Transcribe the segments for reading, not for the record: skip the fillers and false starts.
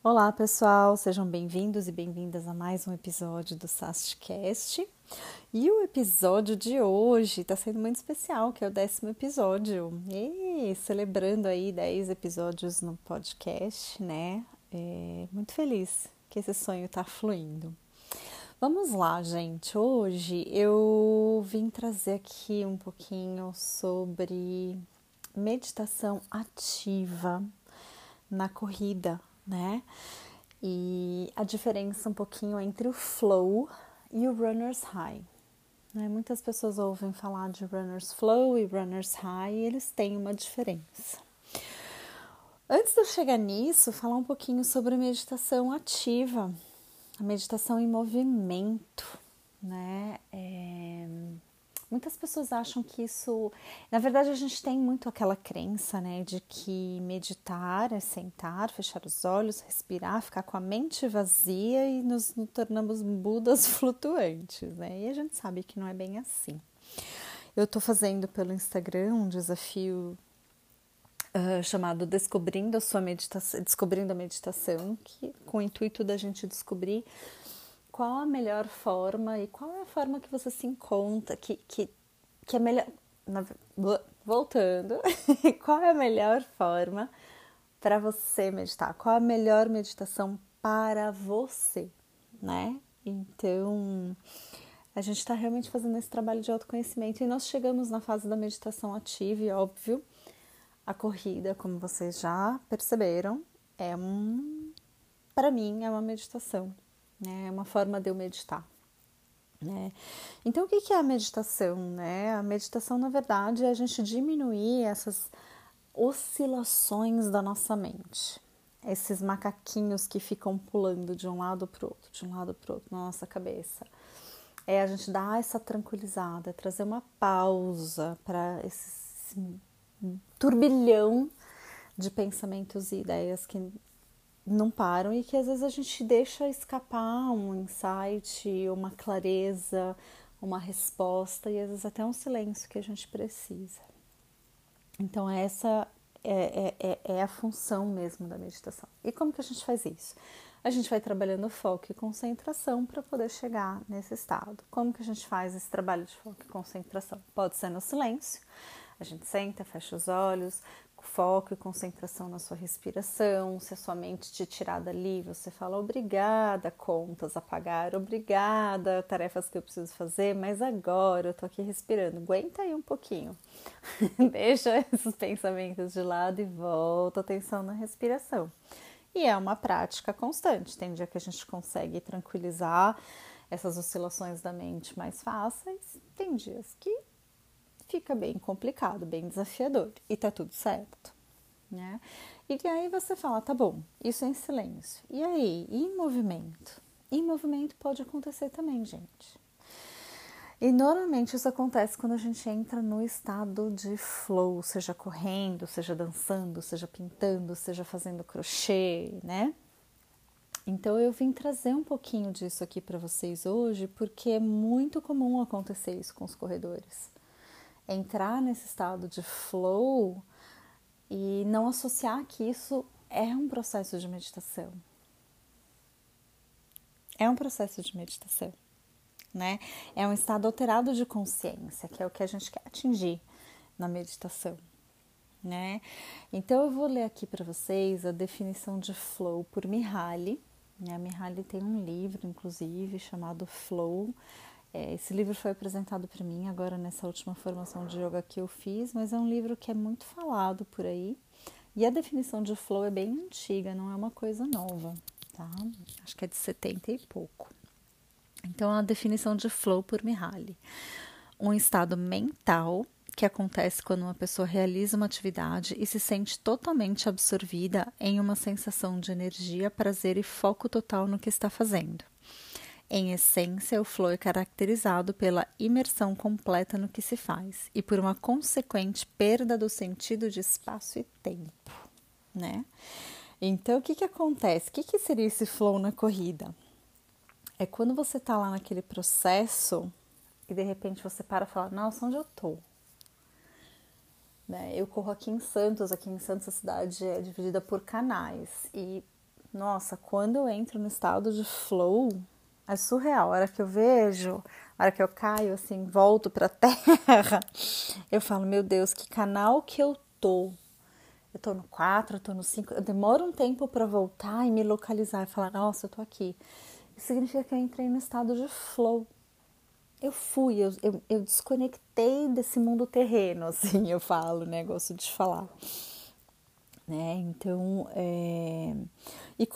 Olá pessoal, sejam bem-vindos e bem-vindas a mais um episódio do SASTcast. E o episódio de hoje está sendo muito especial, que é o 10º episódio. E celebrando aí 10 episódios no podcast, né? Muito feliz que esse sonho está fluindo. Vamos lá, gente. Hoje eu vim trazer aqui um pouquinho sobre meditação ativa na corrida, né? E a diferença um pouquinho entre o flow e o runner's high, né? Muitas pessoas ouvem falar de runner's flow e runner's high e eles têm uma diferença. Antes de eu chegar nisso, falar um pouquinho sobre meditação ativa, a meditação em movimento, né? Muitas pessoas acham que isso... Na verdade, a gente tem muito aquela crença, né, de que meditar é sentar, fechar os olhos, respirar, ficar com a mente vazia e nos tornamos budas flutuantes, né? E a gente sabe que não é bem assim. Eu tô fazendo pelo Instagram um desafio chamado Descobrindo a Meditação, que, com o intuito da gente descobrir qual a melhor forma e qual é a forma que você se encontra, que é melhor... Voltando, qual é a melhor forma para você meditar? Qual é a melhor meditação para você, né? Então, a gente está realmente fazendo esse trabalho de autoconhecimento e nós chegamos na fase da meditação ativa e, óbvio, a corrida, como vocês já perceberam, para mim, é uma meditação, né? É uma forma de eu meditar. Né? Então, o que é a meditação? Né? A meditação, na verdade, é a gente diminuir essas oscilações da nossa mente. Esses macaquinhos que ficam pulando de um lado para o outro, de um lado para o outro na nossa cabeça. É a gente dar essa tranquilizada, trazer uma pausa para esse turbilhão de pensamentos e ideias que não param e que às vezes a gente deixa escapar um insight, uma clareza, uma resposta e às vezes até um silêncio que a gente precisa. Então essa é a função mesmo da meditação. E como que a gente faz isso? A gente vai trabalhando foco e concentração para poder chegar nesse estado. Como que a gente faz esse trabalho de foco e concentração? Pode ser no silêncio. A gente senta, fecha os olhos, foco e concentração na sua respiração. Se a sua mente te tirar dali, você fala obrigada, contas a pagar, obrigada, tarefas que eu preciso fazer, mas agora eu tô aqui respirando. Aguenta aí um pouquinho. Deixa esses pensamentos de lado e volta a atenção na respiração. E é uma prática constante. Tem dia que a gente consegue tranquilizar essas oscilações da mente mais fáceis, tem dias que fica bem complicado, bem desafiador e tá tudo certo, né? E aí você fala, tá bom, isso é em silêncio. E aí, e em movimento? Em movimento pode acontecer também, gente. E normalmente isso acontece quando a gente entra no estado de flow, seja correndo, seja dançando, seja pintando, seja fazendo crochê, né? Então eu vim trazer um pouquinho disso aqui para vocês hoje, porque é muito comum acontecer isso com os corredores. Entrar nesse estado de flow e não associar que isso é um processo de meditação. É um processo de meditação, né? É um estado alterado de consciência, que é o que a gente quer atingir na meditação, né? Então eu vou ler aqui para vocês a definição de flow por Mihaly. A Mihaly tem um livro, inclusive, chamado Flow. Esse livro foi apresentado para mim agora nessa última formação de yoga que eu fiz, mas é um livro que é muito falado por aí. E a definição de flow é bem antiga, não é uma coisa nova, tá? Acho que é de 70 e pouco. Então, a definição de flow por Mihaly. Um estado mental que acontece quando uma pessoa realiza uma atividade e se sente totalmente absorvida em uma sensação de energia, prazer e foco total no que está fazendo. Em essência, o flow é caracterizado pela imersão completa no que se faz e por uma consequente perda do sentido de espaço e tempo, né? Então, o que acontece? O que seria esse flow na corrida? É quando você tá lá naquele processo e de repente você para e fala, nossa, onde eu tô? Né? Eu corro aqui em Santos a cidade é dividida por canais e nossa, quando eu entro no estado de flow, é surreal. A hora que eu vejo, a hora que eu caio, assim, volto pra terra, eu falo, meu Deus, que canal que eu tô? Eu tô no 4, eu tô no 5, eu demoro um tempo pra voltar e me localizar e falar, nossa, eu tô aqui. Isso significa que eu entrei no estado de flow. Eu desconectei desse mundo terreno, assim, eu falo, né? Gosto de falar. Né? Então, e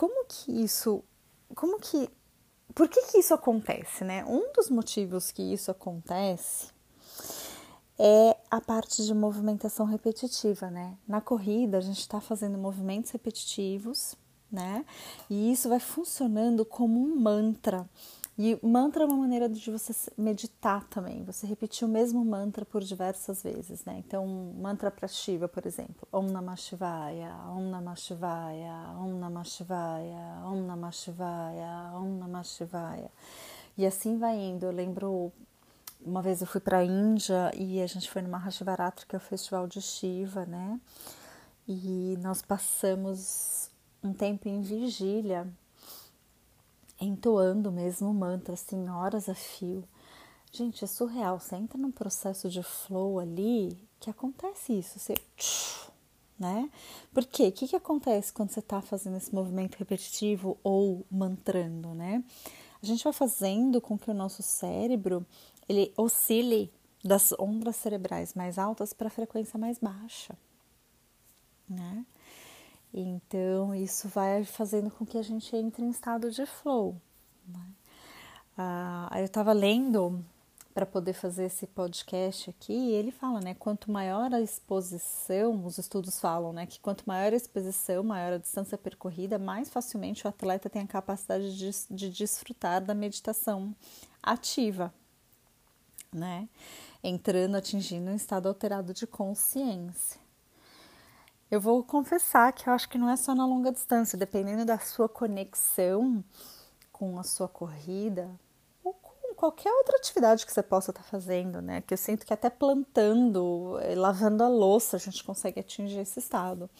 por que isso acontece, né? Um dos motivos que isso acontece é a parte de movimentação repetitiva, né? Na corrida, a gente está fazendo movimentos repetitivos, né? E isso vai funcionando como um mantra. E mantra é uma maneira de você meditar também, você repetir o mesmo mantra por diversas vezes, né? Então, mantra para Shiva, por exemplo, Om Namah Shivaya, Om Namah Shivaya, Om Namah Shivaya, Om Namah Shivaya, Om Namah Shivaya. E assim vai indo. Eu lembro, uma vez eu fui para a Índia e a gente foi no Mahashivaratri, que é o festival de Shiva, né? E nós passamos um tempo em vigília, entoando mesmo o mantra, assim, horas a fio. Gente, é surreal. Você entra num processo de flow ali que acontece isso. Você, né? Por quê? O que acontece quando você está fazendo esse movimento repetitivo ou mantrando, né? A gente vai fazendo com que o nosso cérebro ele oscile das ondas cerebrais mais altas para a frequência mais baixa, né? Então, isso vai fazendo com que a gente entre em estado de flow, né? Eu estava lendo para poder fazer esse podcast aqui, e ele fala, né, quanto maior a exposição, os estudos falam, né, que quanto maior a exposição, maior a distância percorrida, mais facilmente o atleta tem a capacidade de desfrutar da meditação ativa, né, entrando, atingindo um estado alterado de consciência. Eu vou confessar que eu acho que não é só na longa distância, dependendo da sua conexão com a sua corrida, ou com qualquer outra atividade que você possa estar fazendo, né? Que eu sinto que até plantando, lavando a louça, a gente consegue atingir esse estado.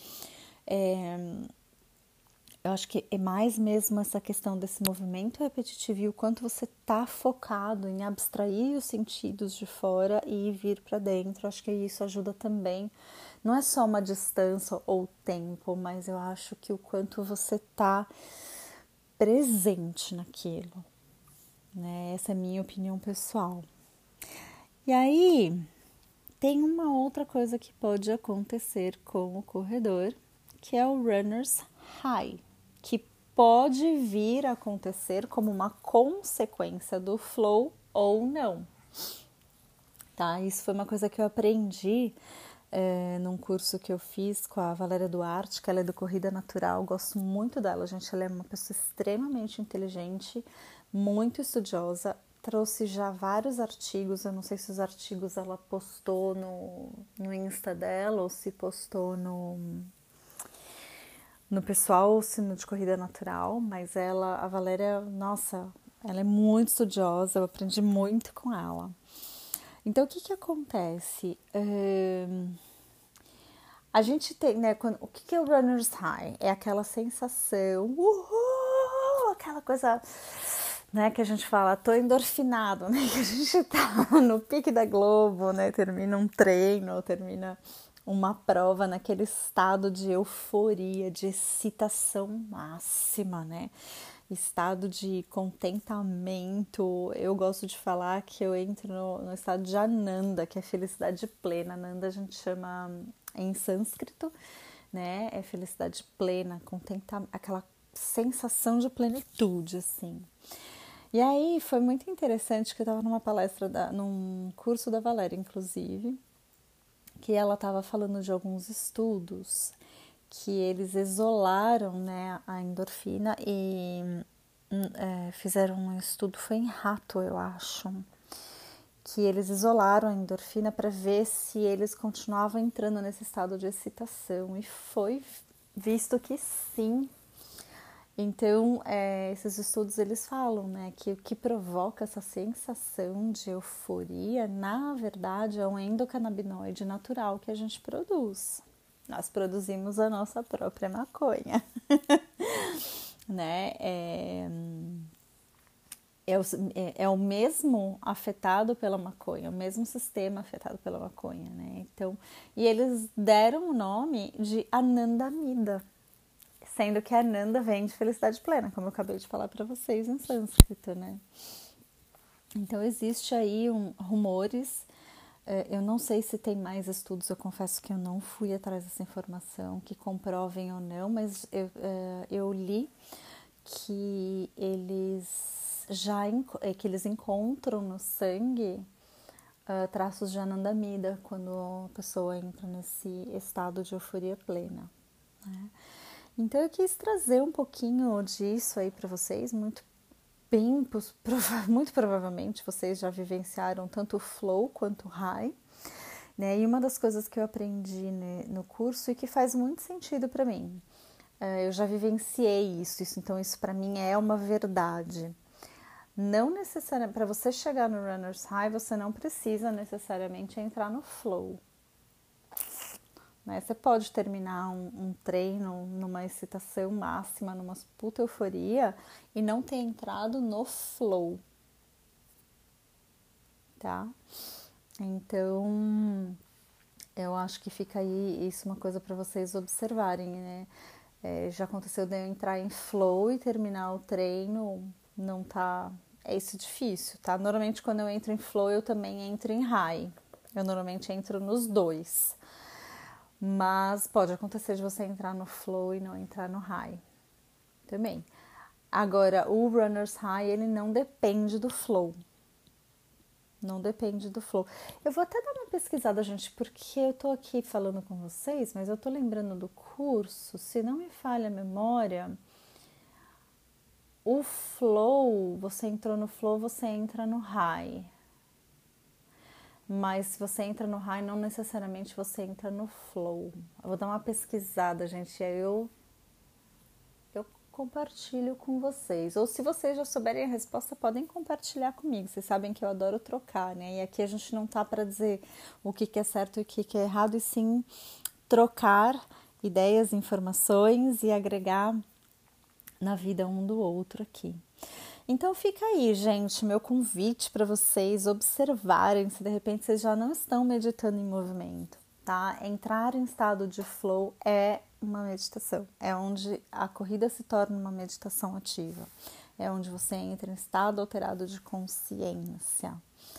Eu acho que é mais mesmo essa questão desse movimento repetitivo e o quanto você está focado em abstrair os sentidos de fora e vir para dentro. Eu acho que isso ajuda também. Não é só uma distância ou tempo, mas eu acho que o quanto você está presente naquilo, né? Essa é a minha opinião pessoal. E aí, tem uma outra coisa que pode acontecer com o corredor, que é o runner's high, que pode vir a acontecer como uma consequência do flow ou não. Tá? Isso foi uma coisa que eu aprendi num curso que eu fiz com a Valéria Duarte, que ela é do Corrida Natural. Gosto muito dela, gente. Ela é uma pessoa extremamente inteligente, muito estudiosa. Trouxe já vários artigos. Eu não sei se os artigos ela postou no Insta dela ou se postou no pessoal ou se no de Corrida Natural, mas a Valéria, nossa, ela é muito estudiosa. Eu aprendi muito com ela. Então, o que acontece? A gente tem, né? O que é o runner's high? É aquela sensação, aquela coisa, né? Que a gente fala, tô endorfinado, né? Que a gente tá no pique da Globo, né? Termina um treino, termina uma prova naquele estado de euforia, de excitação máxima, né? Estado de contentamento. Eu gosto de falar que eu entro no estado de Ananda, que é felicidade plena. Ananda a gente chama em sânscrito, né? É felicidade plena, contentamento, aquela sensação de plenitude, assim. E aí foi muito interessante que eu estava numa palestra, num curso da Valéria, inclusive, que ela estava falando de alguns estudos que eles isolaram, né, a endorfina e fizeram um estudo, foi em rato, eu acho, que eles isolaram a endorfina para ver se eles continuavam entrando nesse estado de excitação e foi visto que sim. Então, esses estudos eles falam, né, que o que provoca essa sensação de euforia, na verdade, é um endocannabinoide natural que a gente produz. Nós produzimos a nossa própria maconha. né? É o mesmo afetado pela maconha, o mesmo sistema afetado pela maconha, né? Então, e eles deram o nome de Anandamida, sendo que Ananda vem de felicidade plena, como eu acabei de falar para vocês em sânscrito, né? Então, existe aí rumores, eu não sei se tem mais estudos, eu confesso que eu não fui atrás dessa informação, que comprovem ou não, mas eu li que que eles encontram no sangue traços de Anandamida quando a pessoa entra nesse estado de euforia plena, né? Então eu quis trazer um pouquinho disso aí para vocês, muito provavelmente vocês já vivenciaram tanto o flow quanto o high, né? E uma das coisas que eu aprendi, né, no curso e que faz muito sentido para mim, eu já vivenciei isso, então isso para mim é uma verdade. Não necessariamente, para você chegar no runner's high, você não precisa necessariamente entrar no flow, né? Você pode terminar um treino numa excitação máxima, numa puta euforia e não ter entrado no flow, tá? Então, eu acho que fica aí isso uma coisa para vocês observarem, né? Já aconteceu de eu entrar em flow e terminar o treino, não tá... É isso difícil, tá? Normalmente quando eu entro em flow, eu também entro em high. Eu normalmente entro nos dois. Mas pode acontecer de você entrar no flow e não entrar no high também. Agora, o runner's high, ele não depende do flow. Não depende do flow. Eu vou até dar uma pesquisada, gente, porque eu tô aqui falando com vocês, mas eu tô lembrando do curso, se não me falha a memória, o flow, você entrou no flow, você entra no high. Mas se você entra no high, não necessariamente você entra no flow. Eu vou dar uma pesquisada, gente, e aí eu compartilho com vocês. Ou se vocês já souberem a resposta, podem compartilhar comigo. Vocês sabem que eu adoro trocar, né? E aqui a gente não tá para dizer o que é certo e o que é errado, e sim trocar ideias, informações e agregar na vida um do outro aqui. Então fica aí, gente, meu convite para vocês observarem se de repente vocês já não estão meditando em movimento, tá? Entrar em estado de flow é uma meditação, é onde a corrida se torna uma meditação ativa, é onde você entra em estado alterado de consciência.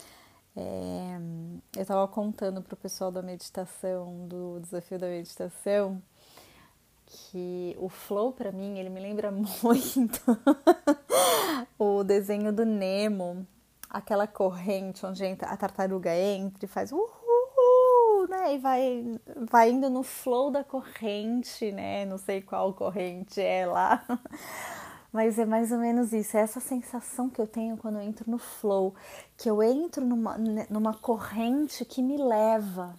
Eu estava contando para o pessoal da meditação, do desafio da meditação, que o flow para mim, ele me lembra muito o desenho do Nemo, aquela corrente onde a tartaruga entra e faz uhul, né? E vai indo no flow da corrente, né? Não sei qual corrente é lá, mas é mais ou menos isso. É essa sensação que eu tenho quando eu entro no flow, que eu entro numa corrente que me leva,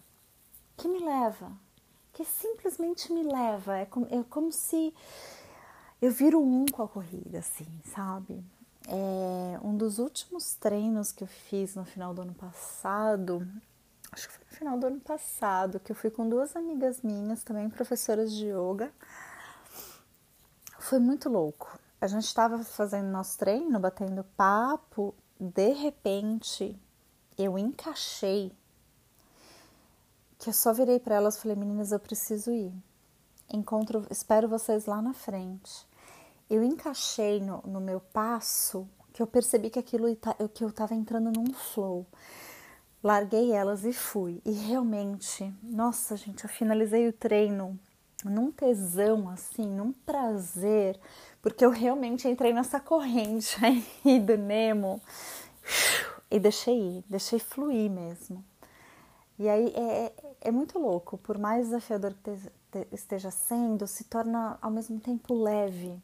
que simplesmente me leva. É como se eu viro um com a corrida, assim, sabe? Um dos últimos treinos que eu fiz no final do ano passado, acho que foi no final do ano passado, que eu fui com duas amigas minhas, também professoras de yoga. Foi muito louco. A gente estava fazendo nosso treino, batendo papo, de repente eu encaixei, que eu só virei para elas e falei, meninas, eu preciso ir. Espero vocês lá na frente. Eu encaixei no meu passo, que eu percebi que que eu estava entrando num flow. Larguei elas e fui. E realmente, nossa, gente, eu finalizei o treino num tesão, assim, num prazer, porque eu realmente entrei nessa corrente aí do Nemo e deixei fluir mesmo. E aí é muito louco, por mais desafiador que esteja sendo, se torna ao mesmo tempo leve.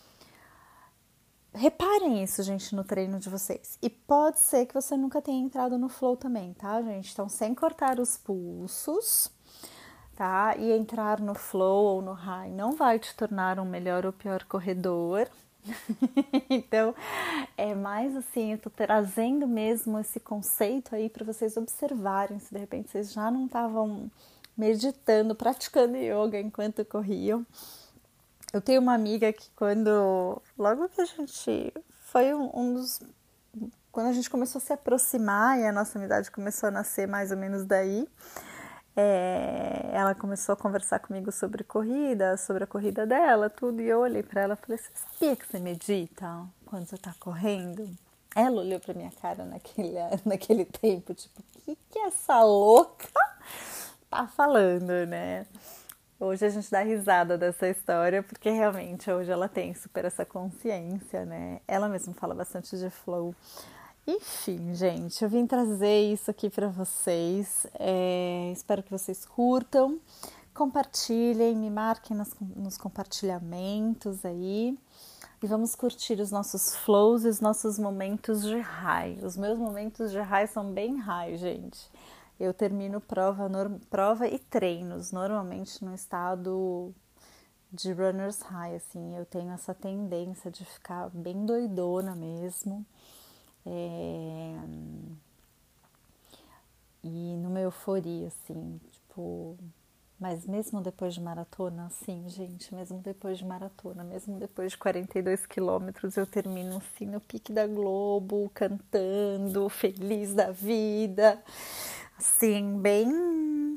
Reparem isso, gente, no treino de vocês. E pode ser que você nunca tenha entrado no flow também, tá, gente? Então, sem cortar os pulsos, tá? E entrar no flow ou no high não vai te tornar um melhor ou pior corredor. Então, é mais assim, eu tô trazendo mesmo esse conceito aí para vocês observarem se de repente vocês já não estavam meditando, praticando yoga enquanto corriam. Eu tenho uma amiga que logo que a gente, foi um dos, quando a gente começou a se aproximar e a nossa amizade começou a nascer mais ou menos daí, ela começou a conversar comigo sobre corrida, sobre a corrida dela, tudo, e eu olhei pra ela e falei, você sabia que você medita quando você tá correndo? Ela olhou pra minha cara naquele tempo, tipo, o que essa louca tá falando, né? Hoje a gente dá risada dessa história, porque realmente hoje ela tem super essa consciência, né? Ela mesma fala bastante de flow. Enfim, gente, eu vim trazer isso aqui para vocês. Espero que vocês curtam, compartilhem, me marquem nos compartilhamentos aí. E vamos curtir os nossos flows e os nossos momentos de high. Os meus momentos de high são bem high, gente. Eu termino prova e treinos, normalmente no estado de runner's high, assim. Eu tenho essa tendência de ficar bem doidona mesmo. E numa euforia, assim, tipo... Mas mesmo depois de maratona, assim, gente, mesmo depois de maratona, mesmo depois de 42 quilômetros, eu termino assim no pique da Globo, cantando, feliz da vida, assim, bem...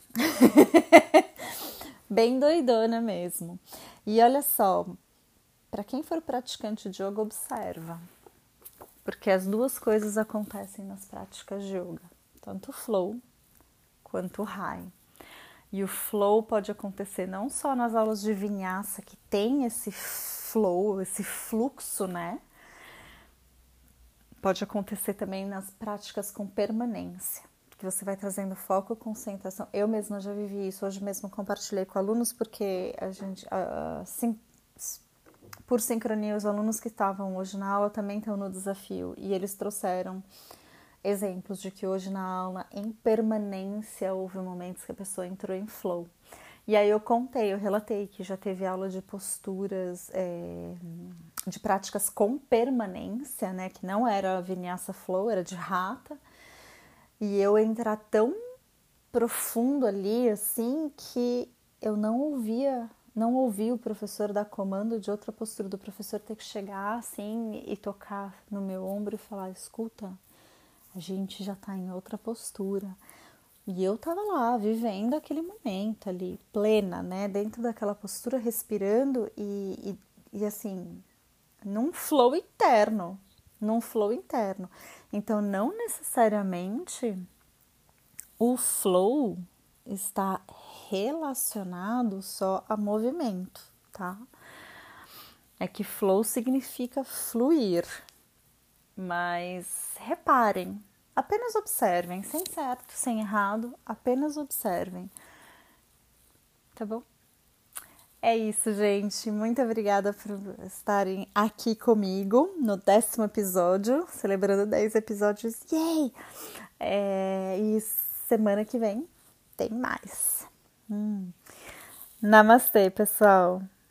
bem doidona mesmo. E olha só, para quem for praticante de yoga, observa, porque as duas coisas acontecem nas práticas de yoga, tanto flow quanto high. E o flow pode acontecer não só nas aulas de vinyasa, que tem esse flow, esse fluxo, né? Pode acontecer também nas práticas com permanência, que você vai trazendo foco, concentração. Eu mesma já vivi isso, hoje mesmo compartilhei com alunos, porque a gente, por sincronia, os alunos que estavam hoje na aula também estão no desafio, e eles trouxeram exemplos de que hoje na aula, em permanência, houve momentos que a pessoa entrou em flow. E aí eu relatei que já teve aula de posturas, de práticas com permanência, né? Que não era vinyasa flow, era de rata. E eu entrar tão profundo ali, assim, que eu não ouvi o professor dar comando de outra postura, do professor ter que chegar, assim, e tocar no meu ombro e falar, escuta, a gente já tá em outra postura. E eu tava lá, vivendo aquele momento ali, plena, né? Dentro daquela postura, respirando e assim, num flow interno. Então, não necessariamente o flow está relacionado só a movimento, tá? É que flow significa fluir. Mas reparem, apenas observem, sem certo, sem errado, apenas observem. Tá bom? É isso, gente. Muito obrigada por estarem aqui comigo no 10º episódio, celebrando 10 episódios. Yay! E semana que vem tem mais. Namastê, pessoal!